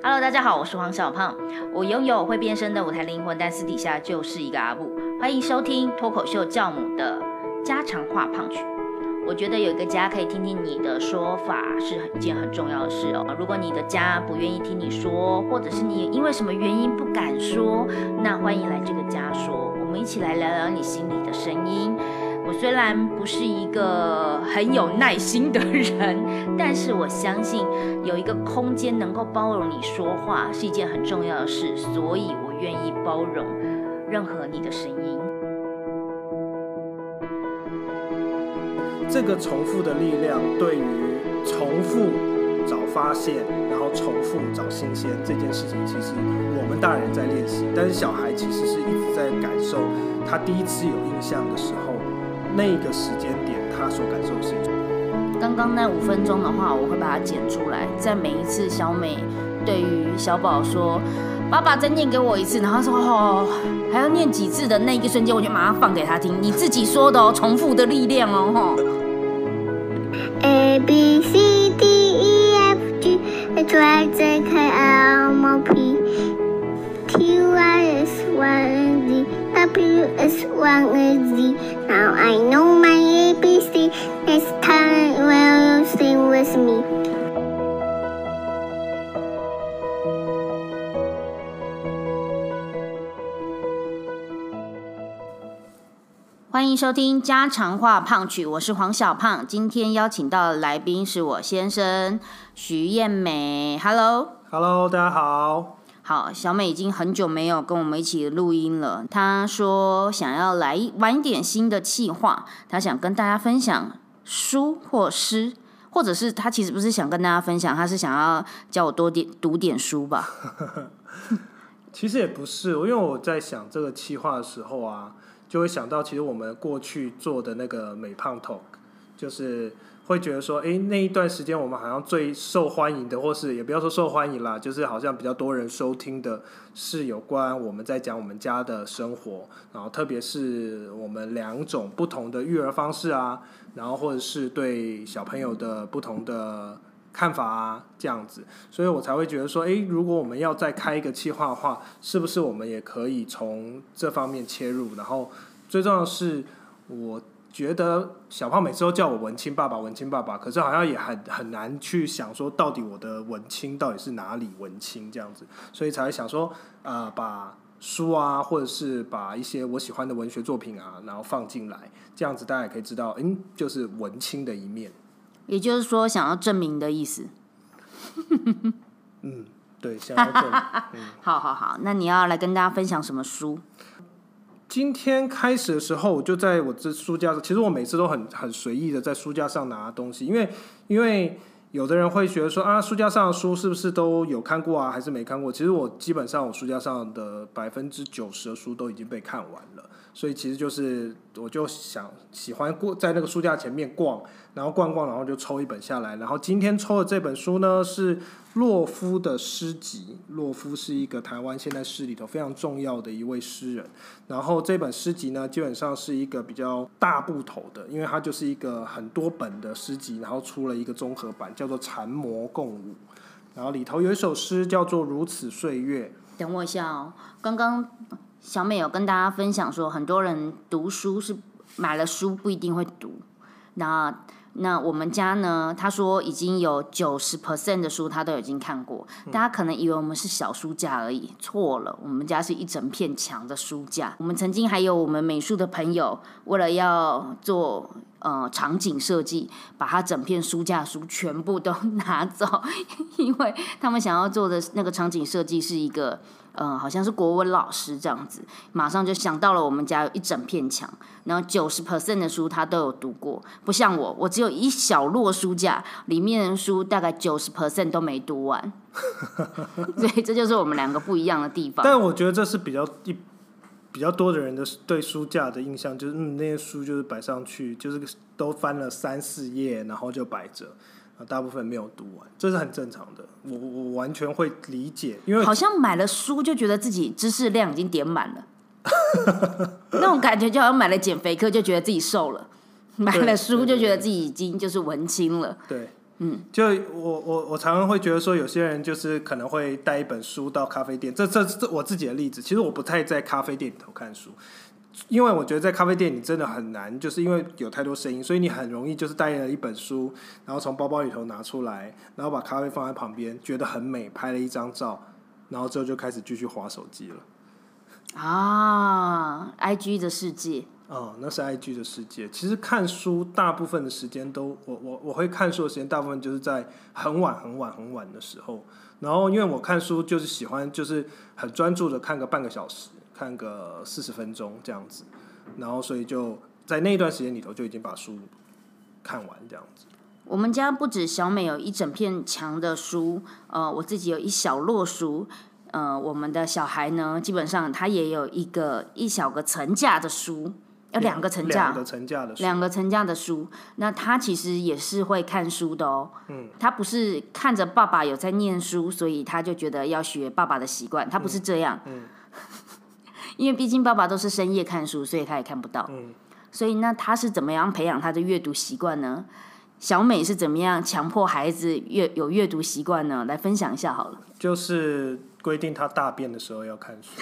Hello， 大家好，我是黄小胖。我拥有会变身的舞台灵魂，但私底下就是一个阿布。欢迎收听脱口秀教母的家常话胖曲。我觉得有一个家可以听听你的说法是一件很重要的事哦。如果你的家不愿意听你说，或者是你因为什么原因不敢说，那欢迎来这个家说，我们一起来聊聊你心里的声音。我虽然不是一个很有耐心的人，但是我相信有一个空间能够包容你说话是一件很重要的事，所以我愿意包容任何你的声音。 这个重复的力量对于重复找发现，然后重复找新鲜这件事情，其实我们大人在练习，但是小孩其实是一直在感受他第一次有印象的时候，那个时间点他所感受的事情。 刚刚那5分钟的话，我会把它剪出来，在每一次小美对于小宝说爸爸再念给我一次，然后说哦还要念几次的那一个瞬间，我就马上放给他听，你自己说的哦，重复的力量哦。 A B C D E F G H I J K L M N P Q R S Y Z W X Y Z. Now I know my ABC. Next time will you sing with me? 欢迎收听家常话胖曲，我是黄小胖。今天邀请到的来宾是我先生徐燕美。Hello， 大家好。 好，小美已经很久没有跟我们一起录音了。她说想要来玩一点新的企划，她想跟大家分享书或诗，或者是她其实不是想跟大家分享，她是想要叫我多读点书吧。 其实也不是，因为我在想这个企划的时候啊，就会想到其实我们过去做的那个美胖 talk， 就是会觉得说，那一段时间我们好像最受欢迎的，或是也不要说受欢迎啦，就是好像比较多人收听的是有关我们在讲我们家的生活，然后特别是我们2种不同的育儿方式啊，然后或者是对小朋友的不同的看法啊，这样子，所以我才会觉得说，如果我们要再开一个企划的话，是不是我们也可以从这方面切入？然后最重要的是，我觉得小胖每次都叫我文青爸爸，文青爸爸，可是好像也很难去想说，到底我的文青到底是哪里文青这样子，所以才会想说，把书啊，或者是把一些我喜欢的文学作品啊，然后放进来，这样子大家也可以知道，就是文青的一面。也就是说，想要证明的意思。 对，想要证明。 好，那你要来跟大家分享什么书？ 今天开始的时候，我就在我这书架上，其实我每次都很随意的在书架上拿东西，因为有的人会觉得说啊，书架上的书是不是都有看过啊，还是没看过？其实我基本上我书架上的90%的书都已经被看完了，所以其实就是我就喜欢在那个书架前面逛，然后逛，然后就抽一本下来。然后今天抽的这本书呢是洛夫的诗集。洛夫是一个台湾现代诗里头非常重要的一位诗人。然后这本诗集呢，基本上是一个比较大部头的，因为它就是一个很多本的诗集，然后出了一个综合版，叫做《禅魔共舞》。然后里头有一首诗叫做《如此岁月》。 等我一下哦，刚刚小美有跟大家分享说，很多人读书是买了书不一定会读。那我们家呢，他说已经有90% 的书他都已经看过。大家可能以为我们是小书架而已，错了，我们家是一整片墙的书架。我们曾经还有我们美术的朋友，为了要做场景设计，把他整片书架书全部都拿走，因为他们想要做的那个场景设计是一个好像是国文老师这样子，马上就想到了我们家有一整片墙，然后90% 的书他都有读过，不像我只有一小摞书架，里面的书大概90% 都没读完，所以这就是我们2个不一样的地方。 但我觉得这是比较多的人的对书架的印象，就是那些书就是摆上去，就是都翻了3-4页，然后就摆着。大部分没有读完，这是很正常的，我完全会理解，因为好像买了书就觉得自己知识量已经点满了，那种感觉就好像买了减肥课就觉得自己瘦了，买了书就觉得自己已经就是文青了。 对， 就我常常会觉得说，有些人就是可能会带一本书到咖啡店，这我自己的例子。其实我不太在咖啡店里头看书，因为我觉得在咖啡店你真的很难，就是因为有太多声音，所以你很容易就是带了一本书，然后从包包里头拿出来，然后把咖啡放在旁边，觉得很美，拍了一张照，然后之后就开始继续滑手机了。 IG 的世界。 那是 IG 的世界。其实看书大部分的时间都，我会看书的时间大部分就是在很晚的时候。然后因为我看书就是喜欢就是很专注的看个半个小时，看个40分钟这样子。然后所以就在那一段时间里头就已经把书看完这样子。 我们家不止小美有一整片墙的书，我自己有一小摞书。我们的小孩呢，基本上他也有一小个层架的书，有2个层架，两个层架的书。那他其实也是会看书的哦。他不是看着爸爸有在念书，所以他就觉得要学爸爸的习惯，他不是这样。因为毕竟爸爸都是深夜看书，所以他也看不到。所以那他是怎么样培养他的阅读习惯呢？小美是怎么样强迫孩子有阅读习惯呢？来分享一下好了。 就是规定他大便的时候要看书。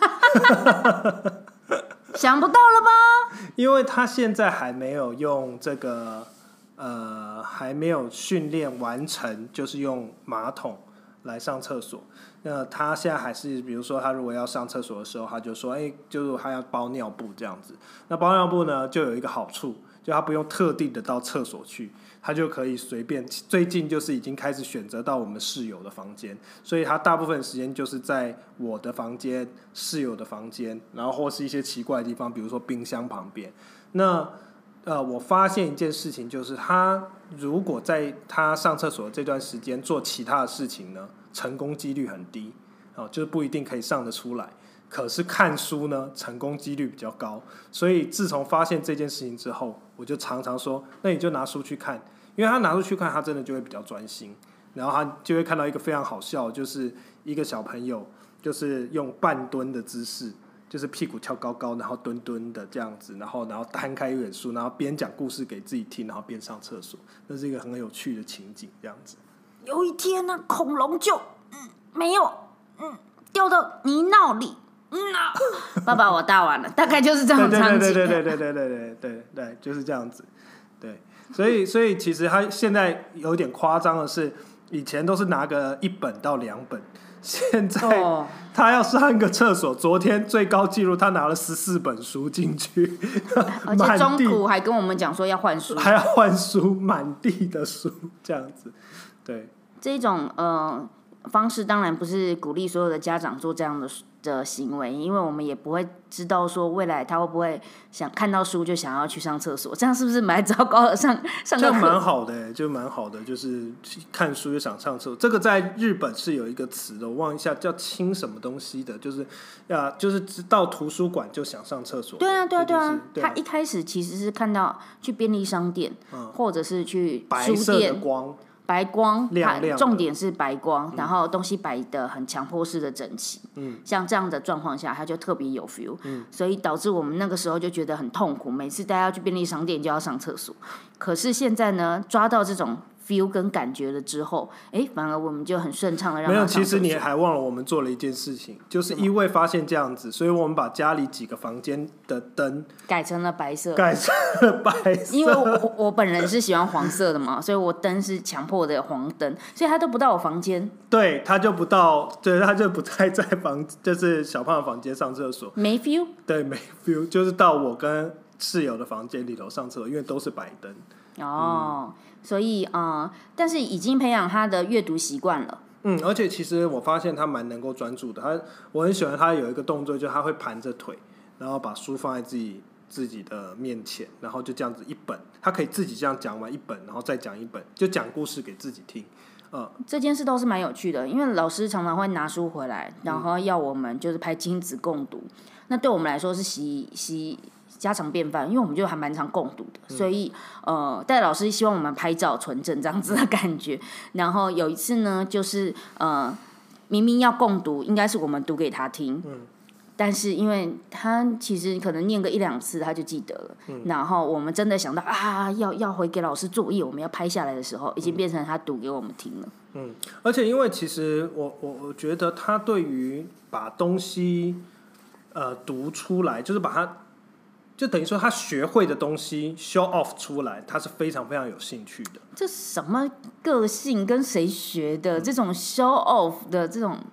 想不到了吧？ 因为他现在还没有用这个还没有训练完成，就是用马桶来上厕所。那他现在还是，比如说他如果要上厕所的时候，他就说，就是他要包尿布这样子。那包尿布呢，就有一个好处，就他不用特地的到厕所去，他就可以随便。最近就是已经开始选择到我们室友的房间，所以他大部分时间就是在我的房间、室友的房间，然后或是一些奇怪的地方，比如说冰箱旁边。那我发现一件事情，就是他如果在他上厕所这段时间做其他的事情呢，成功几率很低，就是不一定可以上得出来。可是看书呢，成功几率比较高。所以自从发现这件事情之后，我就常常说，那你就拿书去看，因为他拿书去看，他真的就会比较专心。然后他就会看到一个非常好笑，就是一个小朋友就是用半蹲的姿势，就是屁股翘高高，然后蹲蹲的这样子，然后摊开一本书，然后边讲故事给自己听，然后边上厕所。那是一个很有趣的情景，这样子。 有一天呢，恐龙就没有掉到泥淖里。爸爸，我大完了，大概就是这样的场景。 对，就是这样子。对，所以其实他现在有点夸张的是，以前都是拿个1本到2本，现在他要上个厕所，昨天最高纪录他拿了14本书进去， 而且中途还跟我们讲说要换书， 还要换书，满地的书这样子。对， 这种方式当然不是鼓励所有的家长做这样的行为，因为我们也不会知道说未来他会不会想看到书就想要去上厕所，这样是不是蛮糟糕的？上个课就蛮好的，就是看书就想上厕所。这个在日本是有一个词的，我忘一下叫清什么东西的，就是到图书馆就想上厕所。 对啊。他一开始其实是看到去便利商店，或者是去书店， 白色的光。 白光亮亮， 重点是白光，然后东西摆得很强迫式的整齐。像这样的状况下，它就特别有 feel。所以导致我们那个时候就觉得很痛苦，每次大家去便利商店就要上厕所。可是现在呢，抓到这种 feel 跟感觉了之后，反而我们就很顺畅的让他上厕所。 没有，其实你还忘了我们做了一件事情，就是因为发现这样子，所以我们把家里几个房间的灯改成了白色。因为我本人是喜欢黄色的嘛，所以我灯是强迫的黄灯，所以他都不到我房间。 对，他就不太在就是小胖的房间上厕所， 没 feel。对， 没 feel， 就是到我跟室友的房间里头上厕所，因为都是白灯。 所以但是已经培养他的阅读习惯了。 而且其实我发现他蛮能够专注的。我很喜欢他有一个动作，就是他会盘着腿，然后把书放在自己的面前，然后就这样子一本，他可以自己这样讲完一本，然后再讲一本，就讲故事给自己听。 这件事都是蛮有趣的，因为老师常常会拿书回来，然后要我们就是拍亲子共读。那对我们来说是习家常便饭，因为我们就还蛮常共读的，所以戴老师希望我们拍照存证这样子的感觉。然后有一次呢，就是明明要共读，应该是我们读给他听， 但是因为他其实可能念个1-2次他就记得了，然后我们真的想到啊要回给老师作业，我们要拍下来的时候，已经变成他读给我们听了。 而且因为其实我觉得他对于把东西读出来，就是把它就等于说他学会的东西 show off 出来，他是非常非常有兴趣的。 这什么个性跟谁学的？这种 show off 的这种，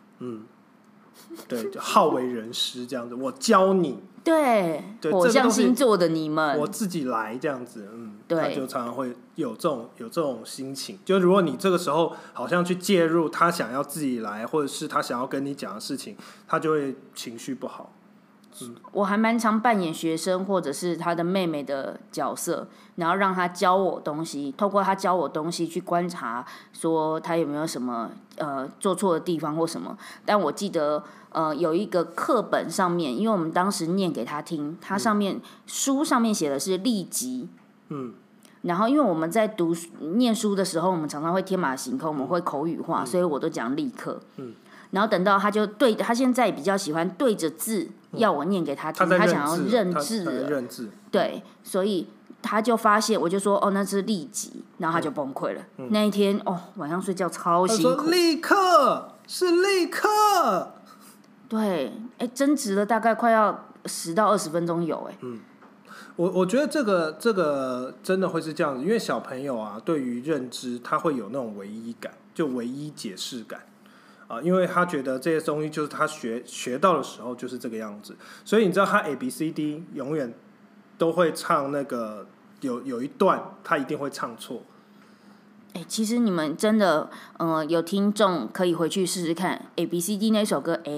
对，就好为人师这样子，我教你， 对，火象星座的你们， 我自己来这样子， 对， 他就常常会有这种心情。就如果你这个时候好像去介入他想要自己来，或者是他想要跟你讲的事情，他就会情绪不好。 我还蛮常扮演学生或者是他的妹妹的角色，然后让他教我东西，透过他教我东西去观察，说他有没有什么做错的地方或什么。但我记得有一个课本上面，因为我们当时念给他听，它上面书上面写的是立即，然后因为我们在念书的时候，我们常常会天马行空，我们会口语化，所以我都讲立刻。然后等到他就他现在比较喜欢对着字要我念给他听，他想要认字了，对，所以他就发现，我就说那是立即，然后他就崩溃了。那一天晚上睡觉超辛苦。 他说立刻是立刻， 对，争执了大概快要10到20分钟有我觉得这个真的会是这样子，因为小朋友啊，对于认知他会有那种唯一感，就唯一解释感。因为他觉得这些东西就是他学到的时候就是这个样子，所以你知道他 ABCD 永远都会唱那个有一段他一定会唱错。 其实你们真的有听众可以回去试试看 ABCD 那首歌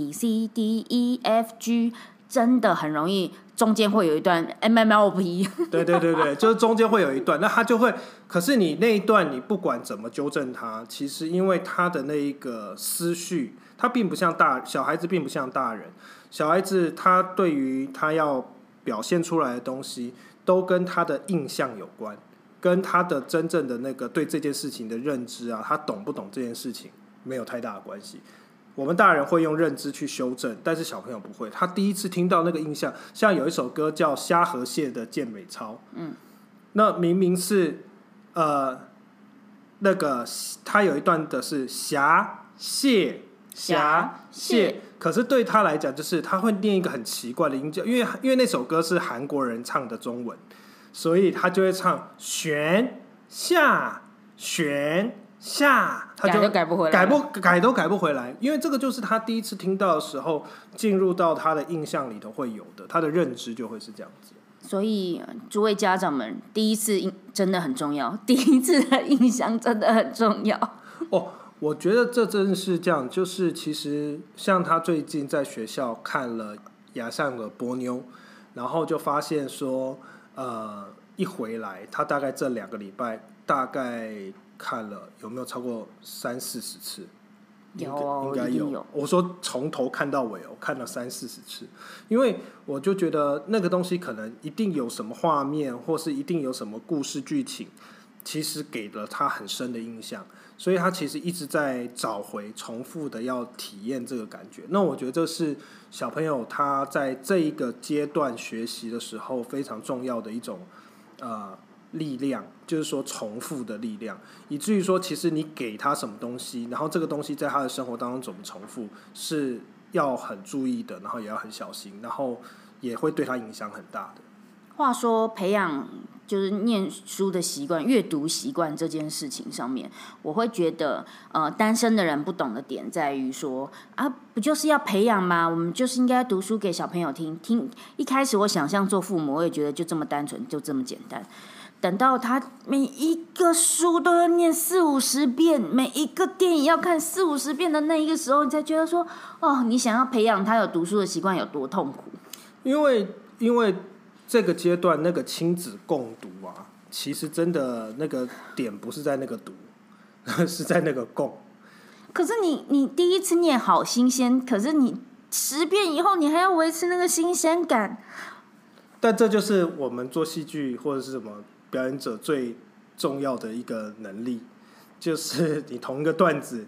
ABCDEFG 真的很容易中间会有一段 MMLP 对，就是中间会有一段，那他就会，可是你那一段你不管怎么纠正他，其实因为他的那一个思绪，他并不像小孩子，并不像大人，小孩子他对于他要表现出来的东西都跟他的印象有关，跟他的真正的那个对这件事情的认知啊，他懂不懂这件事情没有太大的关系。我们大人会用认知去修正，但是小朋友不会。他第一次听到那个印象，像有一首歌叫《虾和蟹的健美操》，那明明是那个他有一段的是虾蟹，可是对他来讲，就是他会念一个很奇怪的音调，因为那首歌是韩国人唱的中文，所以他就会唱旋下旋下，他就改不回来， 改都改不回来，因为这个就是他第一次听到的时候进入到他的印象里头会有的，他的认知就会是这样子。 所以诸位家长们，第一次真的很重要，第一次的印象真的很重要。 我觉得这真的是这样，就是其实像他最近在学校看了雅尚的波妞，然后就发现说一回来他大概这2个礼拜大概看了有没有超过30-40次？应该有。我说从头看到尾，我看了30-40次，因为我就觉得那个东西可能一定有什么画面，或是一定有什么故事剧情，其实给了他很深的印象，所以他其实一直在找回、重复的要体验这个感觉。那我觉得这是小朋友他在这一个阶段学习的时候非常重要的一种力量，就是说重复的力量，以至于说其实你给他什么东西，然后这个东西在他的生活当中怎么重复是要很注意的，然后也要很小心，然后也会对他影响很大的。 话说培养就是念书的习惯、阅读习惯这件事情上面，我会觉得单身的人不懂的点在于说不就是要培养吗？我们就是应该读书给小朋友听。一开始我想象做父母，我也觉得就这么单纯，就这么简单。等到他每一个书都要念40-50遍，每一个电影要看40-50遍的那一个时候，你才觉得说你想要培养他有读书的习惯有多痛苦。因为这个阶段那个亲子共读啊，其实真的那个点不是在那个读，是在那个共。 可是你第一次念好新鲜，可是你10遍以后你还要维持那个新鲜感。 但这就是我们做戏剧或者是什么表演者最重要的一个能力，就是你同一个段子，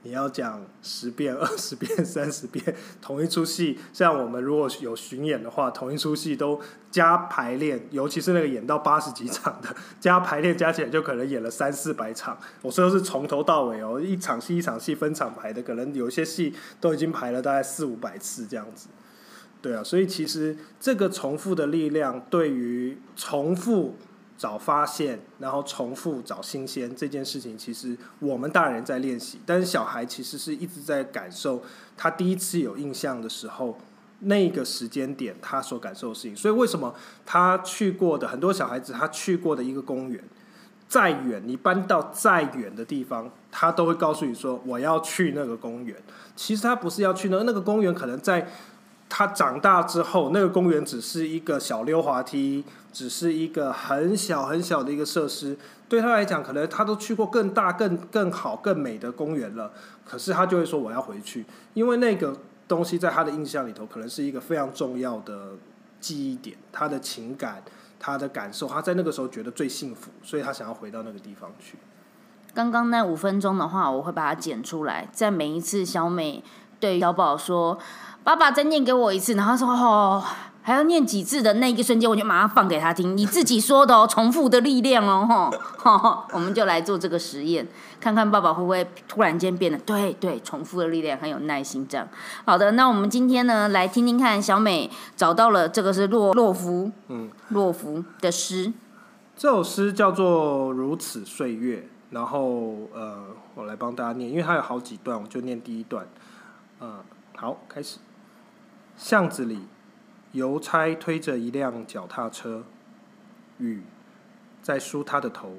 你要讲10遍、20遍、30遍，同一出戏，像我们如果有巡演的话，同一出戏都加排练，尤其是那个演到80几场的，加排练加起来就可能演了300-400场。我说的是从头到尾哦，一场戏一场戏分场排的，可能有些戏都已经排了大概400-500次这样子。对啊，所以其实这个重复的力量，对于重复找发现，然后重复找新鲜这件事情，其实我们大人在练习，但是小孩其实是一直在感受他第一次有印象的时候那个时间点他所感受的事情。所以为什么他去过的很多小孩子，他去过的一个公园再远，你搬到再远的地方，他都会告诉你说我要去那个公园。其实他不是要去那个公园，可能在他长大之后，那个公园只是一个小溜滑梯，只是一个很小很小的一个设施。对他来讲，可能他都去过更大、更好、更美的公园了，可是他就会说我要回去，因为那个东西在他的印象里头，可能是一个非常重要的记忆点，他的情感、他的感受，他在那个时候觉得最幸福，所以他想要回到那个地方去。 刚刚那5分钟的话，我会把它剪出来，在每一次小美对小宝说爸爸再念给我一次，然后他说哦还要念几次的那一瞬间，我就马上放给他听，你自己说的哦，重复的力量哦，我们就来做这个实验，看看爸爸会不会突然间变得对，重复的力量很有耐心这样。好的，那我们今天呢来听听看小美找到了这个是洛夫的诗， 这首诗叫做《如此岁月》，然后我来帮大家念，因为它有好几段，我就念第一段。好，开始。巷子里，邮差推着一辆脚踏车，雨在梳他的头。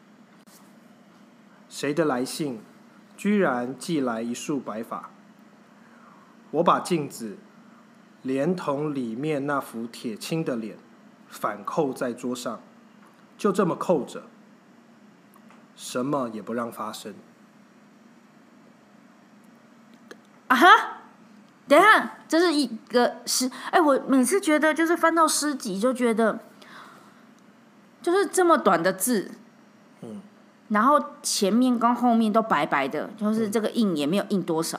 谁的来信，居然寄来一束白发？我把镜子，连同里面那副铁青的脸，反扣在桌上，就这么扣着，什么也不让发生。 啊哈！等一下，这是一个诗。我每次觉得就是翻到诗集，就觉得就是这么短的字，然后前面跟后面都白白的，就是这个印也没有印多少。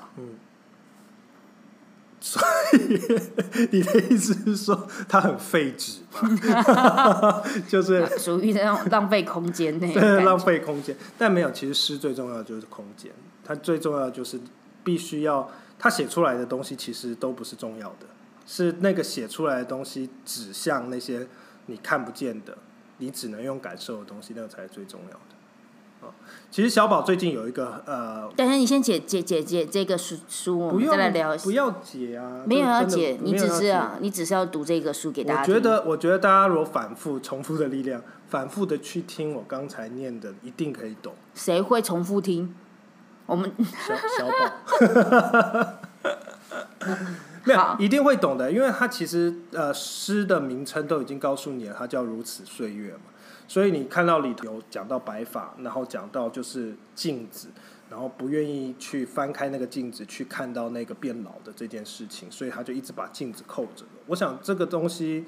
所以你的意思是说它很废纸吗？就是属于那种浪费空间那对，浪费空间。但没有，其实诗最重要的就是空间，它最重要的就是必须要。他写出来的东西其实都不是重要的，是那个写出来的东西指向那些你看不见的，你只能用感受的东西，那个才是最重要的。其实小宝最近有一个等一下你先解这个书，我们再来聊。 不要解啊， 没有要解，你只是要读这个书给大家听。 我觉得大家如果反复重复的力量，反复的去听我刚才念的，一定可以懂。 谁会重复听？我们小宝没有一定会懂的，因为他其实诗的名称都已经告诉你了，它叫如此岁月嘛。所以你看到里头有讲到白发，然后讲到就是镜子，然后不愿意去翻开那个镜子去看到那个变老的这件事情，所以他就一直把镜子扣着。我想这个东西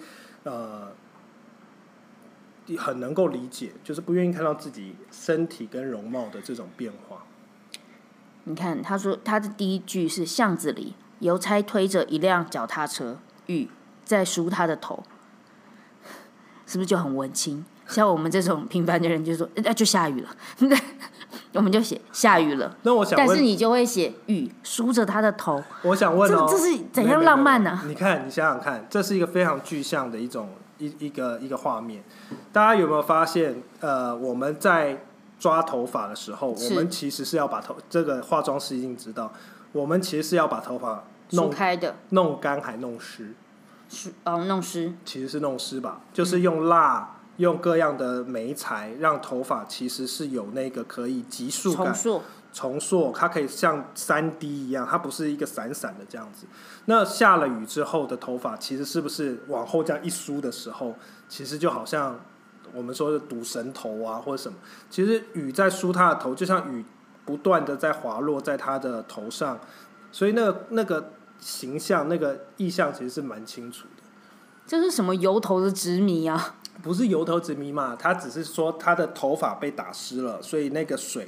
很能够理解，就是不愿意看到自己身体跟容貌的这种变化。 你看，他说他的第一句是巷子里，邮差推着一辆脚踏车，雨在梳他的头，是不是就很文青？像我们这种平凡的人就说，就下雨了，我们就写下雨了。 那我想问， 但是你就会写雨梳着他的头。 我想问这是怎样浪漫呢？ 你看，你想想看，这是一个非常具象的一个画面。大家有没有发现？我们在抓头发的时候，我们其实是要把这个化妆师一定知道，我们其实是要把头发梳开的， 弄干还弄湿？ 弄湿， 其实是弄湿吧，就是用蜡，用各样的媒材，让头发其实是有那个可以急速感、重塑，它可以像3D 一样，它不是一个散散的这样子。那下了雨之后的头发，其实是不是往后这样一梳的时候，其实就好像我们说的赌神头啊，或者什么。其实雨在梳他的头，就像雨不断的在滑落在他的头上，所以那个形象、那个意象其实是蛮清楚的。 这是什么油头的执迷啊？ 不是油头执迷嘛，他只是说他的头发被打湿了，所以那个水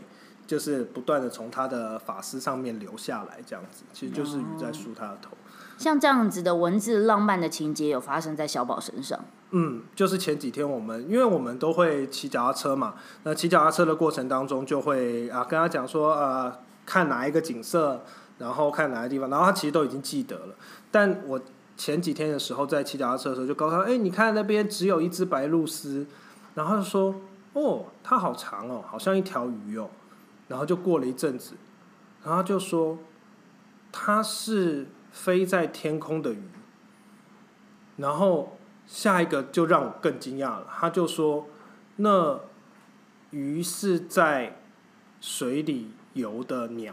就是不断的从他的发丝上面流下来，这样子，其实就是鱼在梳他的头。 像这样子的文字浪漫的情节有发生在小宝身上？ 就是前几天因为我们都会骑脚踏车嘛，那骑脚踏车的过程当中就会跟他讲说看哪一个景色，然后看哪个地方，然后他其实都已经记得了。但我前几天的时候在骑脚踏车的时候就告诉他，你看那边只有一只白鹭鸶，然后他就说它好长哦，好像一条鱼哦。然后就过了一阵子，然后他就说它是飞在天空的鱼。然后下一个就让我更惊讶了，他就说那鱼是在水里游的鸟。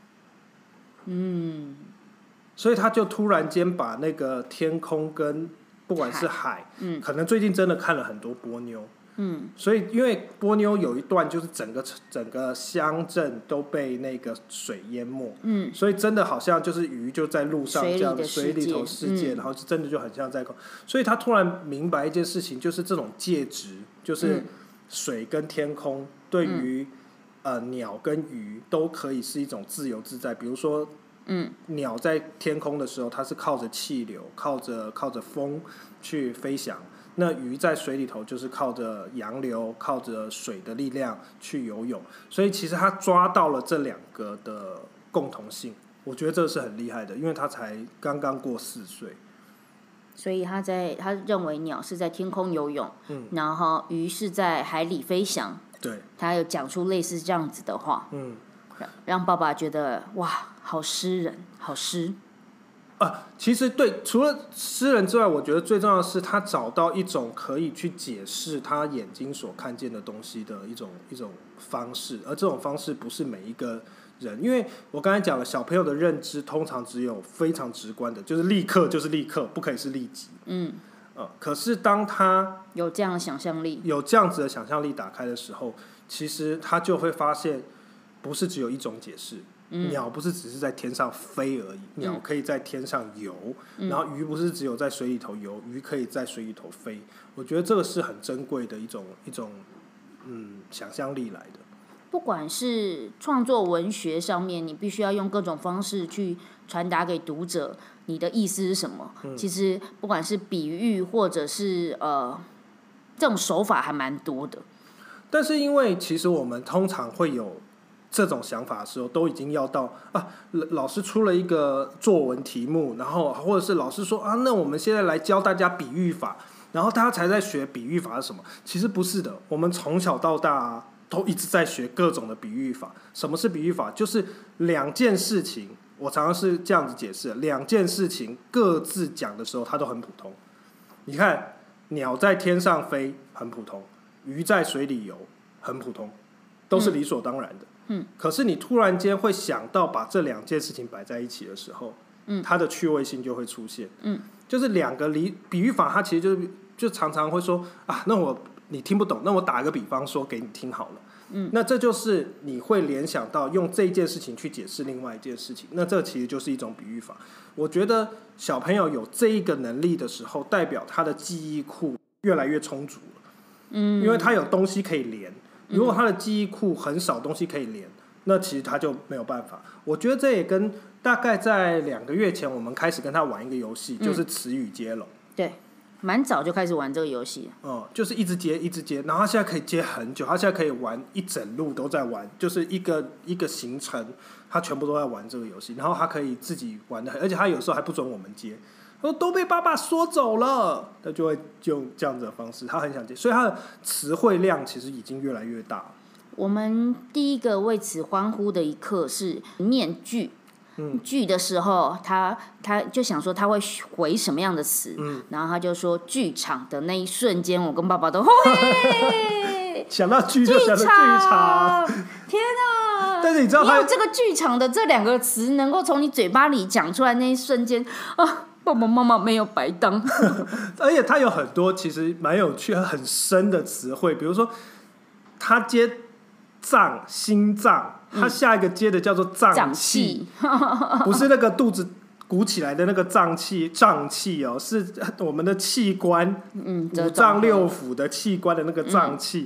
所以他就突然间把那个天空跟不管是海，可能最近真的看了很多波妞。所以因为波妞有一段就是整个乡镇都被那个水淹没，所以真的好像就是鱼就在路上这样水里头世界，然后真的就很像在空。所以他突然明白一件事情，就是这种介质，就是水跟天空对于鸟跟鱼都可以是一种自由自在。比如说鸟在天空的时候，它是靠着气流靠着风去飞翔，那鱼在水里头就是靠着洋流靠着水的力量去游泳。所以其实他抓到了这两个的共同性，我觉得这是很厉害的，因为他才刚刚过4岁。 所以他认为鸟是在天空游泳，然后鱼是在海里飞翔。 对， 他有讲出类似这样子的话，让爸爸觉得哇，好诗人，好诗。 其实对，除了诗人之外，我觉得最重要的是他找到一种可以去解释他眼睛所看见的东西的一种方式，而这种方式不是每一个人，因为我刚才讲了，小朋友的认知通常只有非常直观的，就是立刻就是立刻，不可以是立即。可是当他有这样的想象力， 有这样子的想象力打开的时候，其实他就会发现，不是只有一种解释。鸟不是只是在天上飞而已，鸟可以在天上游，然后鱼不是只有在水里头游，鱼可以在水里头飞。我觉得这个是很珍贵的一种想象力来的。 不管是创作文学上面，你必须要用各种方式去传达给读者你的意思是什么。其实不管是比喻或者是这种手法还蛮多的。 但是因为其实我们通常会有这种想法的时候，都已经要到老师出了一个作文题目，然后或者是老师说那我们现在来教大家比喻法，然后大家才在学比喻法是什么。其实不是的，我们从小到大都一直在学各种的比喻法。什么是比喻法？就是两件事情，我常常是这样子解释，两件事情各自讲的时候它都很普通。你看鸟在天上飞很普通，鱼在水里游很普通，都是理所当然的。可是你突然间会想到把这两件事情摆在一起的时候，它的趣味性就会出现。就是两个比喻法，它其实就常常会说那你听不懂，那我打个比方说给你听好了。那这就是你会联想到用这一件事情去解释另外一件事情，那这其实就是一种比喻法。我觉得小朋友有这一个能力的时候，代表他的记忆库越来越充足了。因为他有东西可以连。如果他的记忆库很少东西可以连，那其实他就没有办法。我觉得这也跟大概在2个月前我们开始跟他玩一个游戏，就是词语接龙。 对，蛮早就开始玩这个游戏。 就是一直接一直接，然后他现在可以接很久，他现在可以玩一整路都在玩，就是一个行程他全部都在玩这个游戏，然后他可以自己玩的，而且他有时候还不准我们接，都被爸爸说走了，他就会用这样子的方式，他很想接，所以他的词汇量其实已经越来越大了。 我们第一个为此欢呼的一刻是念句。句的时候，他就想说他会回什么样的词，然后他就说剧场的那一瞬间，我跟爸爸都想到剧就想到剧场， 天哪！ 但是你知道你有这个剧场的这2个词能够从你嘴巴里讲出来那一瞬间爸爸妈妈没有白当。 而且他有很多其实蛮有趣很深的词汇，比如说他接脏心脏，他下一个接的叫做脏气，不是那个肚子鼓起来的那个胀气哦，是我们的器官，5脏6腑的器官的那个胀气。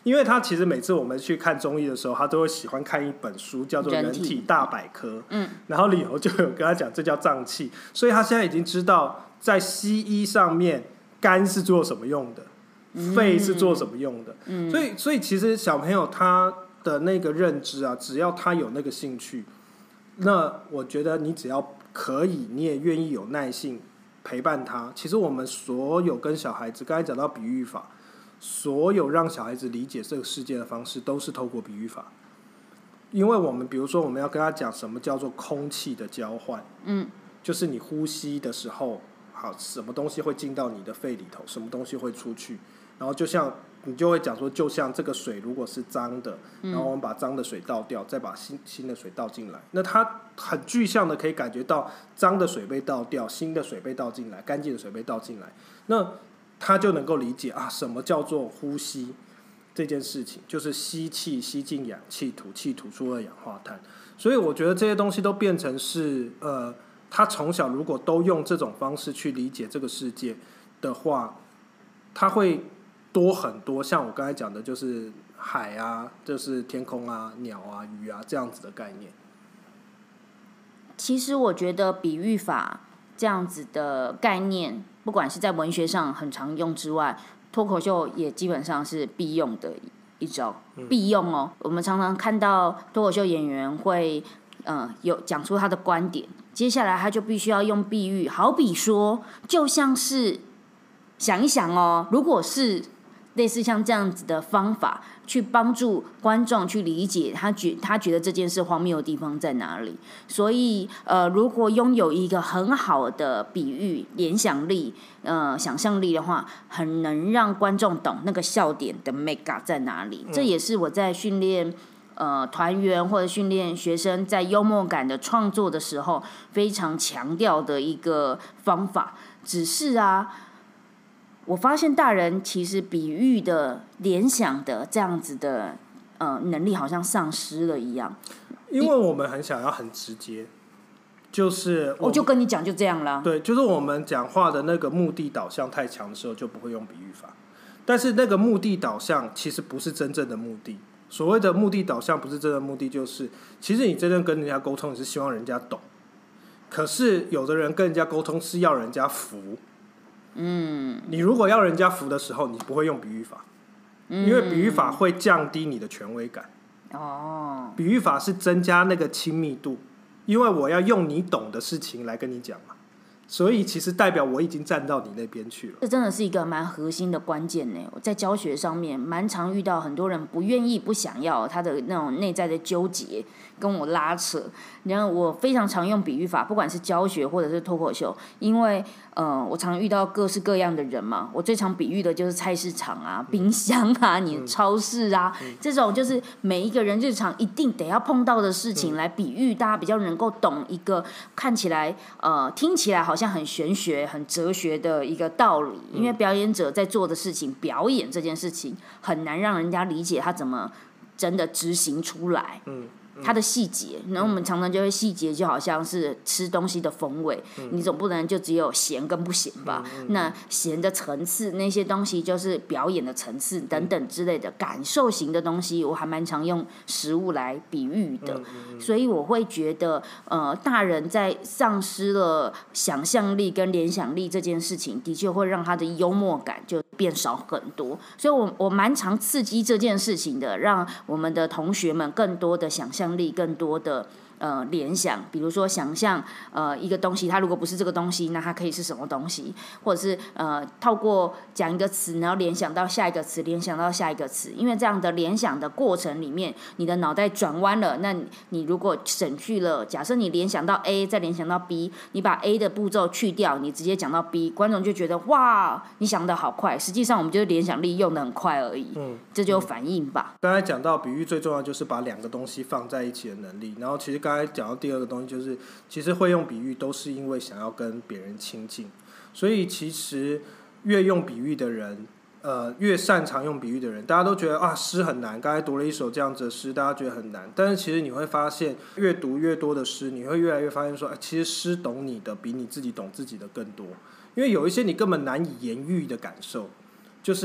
因为他其实每次我们去看中医的时候，他都会喜欢看一本书叫做《人体大百科》，然后里头就有跟他讲这叫脏器，所以他现在已经知道在西医上面肝是做什么用的，肺是做什么用的，所以其实小朋友他的那个认知啊，只要他有那个兴趣，那我觉得你只要可以，你也愿意有耐性陪伴他。其实我们所有跟小孩子，刚才讲到比喻法，所有让小孩子理解这个世界的方式，都是透过比喻法。因为我们比如说我们要跟他讲什么叫做空气的交换，就是你呼吸的时候，好，什么东西会进到你的肺里头，什么东西会出去，然后就像你就会讲说，就像这个水如果是脏的，然后我们把脏的水倒掉，再把新的水倒进来，那它很具象的可以感觉到脏的水被倒掉，新的水被倒进来，干净的水被倒进来，那他就能够理解啊，什么叫做呼吸这件事情，就是吸气吸进氧气，吐气吐出二氧化碳。所以我觉得这些东西都变成是他从小如果都用这种方式去理解这个世界的话，他会多很多，像我刚才讲的，就是海啊，就是天空啊，鸟啊，鱼啊这样子的概念。 其实我觉得比喻法这样子的概念，不管是在文学上很常用之外，脱口秀也基本上是必用的一招，必用哦。我们常常看到脱口秀演员会有讲出他的观点，接下来他就必须要用比喻，好比说，就像是想一想哦，如果是类似像这样子的方法，去帮助观众去理解他觉得这件事荒谬的地方在哪里。所以如果拥有一个很好的比喻、联想力、想象力的话，很能让观众懂那个笑点的 mega 在哪里。这也是我在训练团员或者训练学生在幽默感的创作的时候非常强调的一个方法。只是啊，我发现大人其实比喻的、联想的这样子的能力好像丧失了一样， 因为我们很想要很直接，就是我就跟你讲就这样啦。 对，就是我们讲话的那个目的导向太强的时候，就不会用比喻法。但是那个目的导向其实不是真正的目的。所谓的目的导向不是真正的目的，就是其实你真正跟人家沟通，你是希望人家懂。可是有的人跟人家沟通是要人家服。你如果要人家服的时候，你不会用比喻法，因为比喻法会降低你的权威感。比喻法是增加那个亲密度，因为我要用你懂的事情来跟你讲嘛，所以其实代表我已经站到你那边去了。 这真的是一个蛮核心的关键呢。我在教学上面蛮常遇到很多人不愿意、不想要，他的那种内在的纠结跟我拉扯。然后我非常常用比喻法，不管是教学或者是脱口秀，因为我常遇到各式各样的人嘛。我最常比喻的就是菜市场啊、冰箱啊、你的超市啊，这种就是每一个人日常一定得要碰到的事情来比喻，大家比较能够懂一个看起来听起来好像很玄学、很哲学的一个道理。因为表演者在做的事情，表演这件事情很难让人家理解他怎么真的执行出来。它的细节，然后我们常常就会细节就好像是吃东西的风味，你总不能就只有咸跟不咸吧？那咸的层次那些东西就是表演的层次等等之类的感受型的东西，我还蛮常用食物来比喻的。所以我会觉得大人在丧失了想象力跟联想力这件事情，的确会让他的幽默感就变少很多。所以我蛮常刺激这件事情的，让我们的同学们更多的想象力，更多的联想。比如说想象一个东西，它如果不是这个东西，那它可以是什么东西？或者是透过讲一个词，然后联想到下一个词，联想到下一个词。因为这样的联想的过程里面，你的脑袋转弯了，那你如果省去了，假设你联想到 A 再联想到 B， 你把 A 的步骤去掉，你直接讲到 B， 观众就觉得哇，你想得好快。实际上我们就是联想力用得很快而已。这就反应吧。 刚才讲到比喻最重要就是把两个东西放在一起的能力，然后其实刚才讲到第二个东西就是，其实会用比喻都是因为想要跟别人亲近，所以其实越用比喻的人，越擅长用比喻的人，大家都觉得啊诗很难，刚才读了一首这样子的诗，大家觉得很难，但是其实你会发现，越读越多的诗，你会越来越发现说，其实诗懂你的比你自己懂自己的更多，因为有一些你根本难以言喻的感受，就是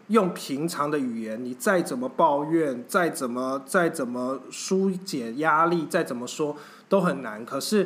用平常的语言，你再怎么抱怨，再怎么疏解压力，再怎么说都很难。可是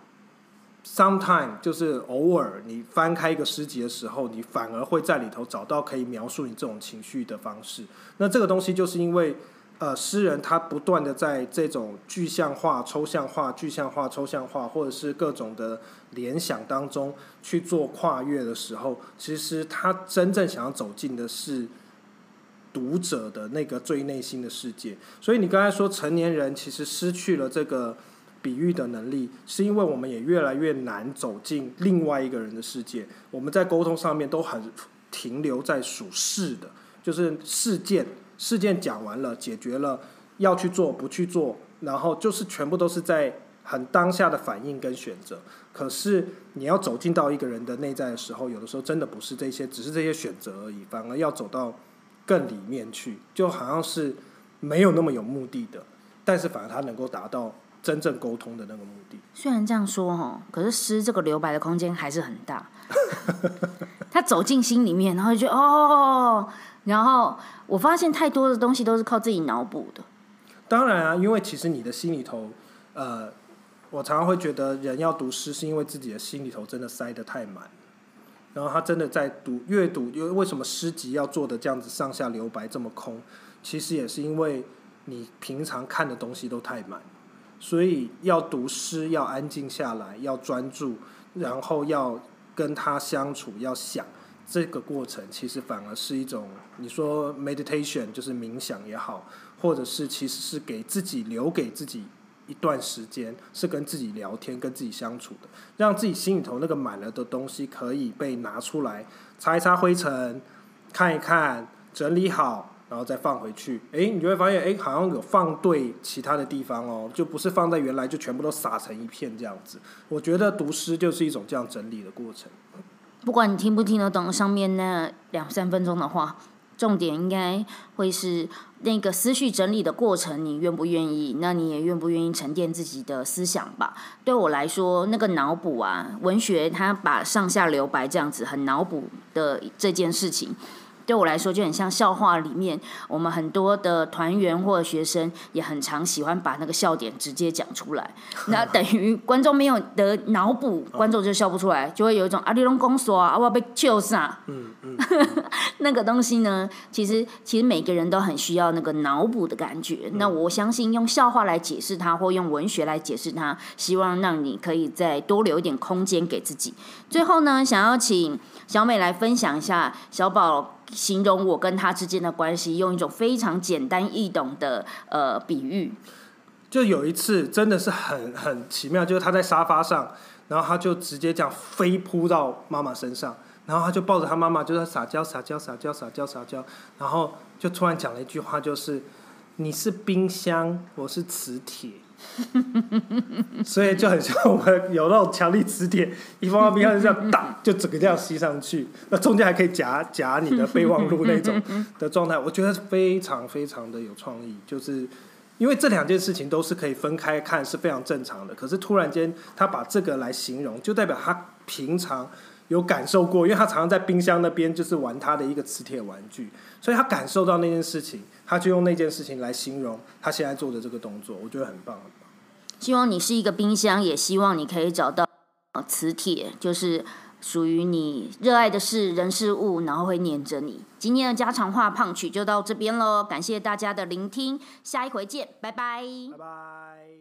sometime 就是偶尔你翻开一个诗集的时候，你反而会在里头找到可以描述你这种情绪的方式。那这个东西就是因为诗人他不断的在这种具象化、抽象化、具象化、抽象化，或者是各种的联想当中去做跨越的时候，其实他真正想要走进的是读者的那个最内心的世界。所以你刚才说成年人其实失去了这个比喻的能力，是因为我们也越来越难走进另外一个人的世界。我们在沟通上面都很停留在属事的，就是事件讲完了，解决了，要去做不去做，然后就是全部都是在很当下的反应跟选择。可是你要走进到一个人的内在的时候，有的时候真的不是这些，只是这些选择而已，反而要走到更里面去，就好像是没有那么有目的的，但是反而他能够达到真正沟通的那个目的。 虽然这样说可是诗这个留白的空间还是很大。他走进心里面，然后就觉得然后我发现太多的东西都是靠自己脑补的。 当然啊，因为其实你的心里头，我常常会觉得人要读诗，是因为自己的心里头真的塞得太满，然后他真的在阅读，为什么诗集要做的这样子上下留白这么空？其实也是因为你平常看的东西都太满，所以要读诗要安静下来，要专注，然后要跟他相处，要想。这个过程其实反而是一种，你说 meditation 就是冥想也好，或者是其实是留给自己一段时间，是跟自己聊天跟自己相处的，让自己心里头那个满了的东西可以被拿出来，擦一擦灰尘，看一看，整理好，然后再放回去。你就会发现好像有放对其他的地方就不是放在原来就全部都撒成一片这样子。我觉得读诗就是一种这样整理的过程。 不管你听不听得懂上面那2-3分钟的话，重点应该会是那个思绪整理的过程，你愿不愿意？那你也愿不愿意沉淀自己的思想吧？对我来说，那个脑补文学它把上下留白这样子很脑补的这件事情，对我来说就很像笑话里面，我们很多的团员或者学生也很常喜欢把那个笑点直接讲出来，那等于观众没有的脑补，观众就笑不出来，就会有一种你都讲啥我要被笑啥那个东西呢，其实每个人都很需要那个脑补的感觉。那我相信用笑话来解释它，或用文学来解释它，希望让你可以再多留一点空间给自己。最后呢，想要请小美来分享一下小宝形容我跟他之间的关系，用一种非常简单易懂的比喻。 就有一次真的是很奇妙，就是他在沙发上，然后他就直接这样飞扑到妈妈身上，然后他就抱着他妈妈就在撒娇，然后就突然讲了一句话，就是你是冰箱，我是磁铁。所以就很像我们有那种强力磁铁，一放到冰箱就这样打，就整个这样吸上去，那中间还可以夹你的备忘录那种的状态，我觉得非常非常的有创意。就是因为这两件事情都是可以分开看，是非常正常的，可是突然间他把这个来形容，就代表他平常有感受过，因为他常常在冰箱那边就是玩他的一个磁铁玩具，所以他感受到那件事情，他就用那件事情来形容他现在做的这个动作，我觉得很棒很棒。 希望你是一个冰箱，也希望你可以找到磁铁，就是属于你热爱的事人事物，然后会黏着你。今天的家常话胖曲就到这边咯，感谢大家的聆听，下一回见，拜拜。 拜拜。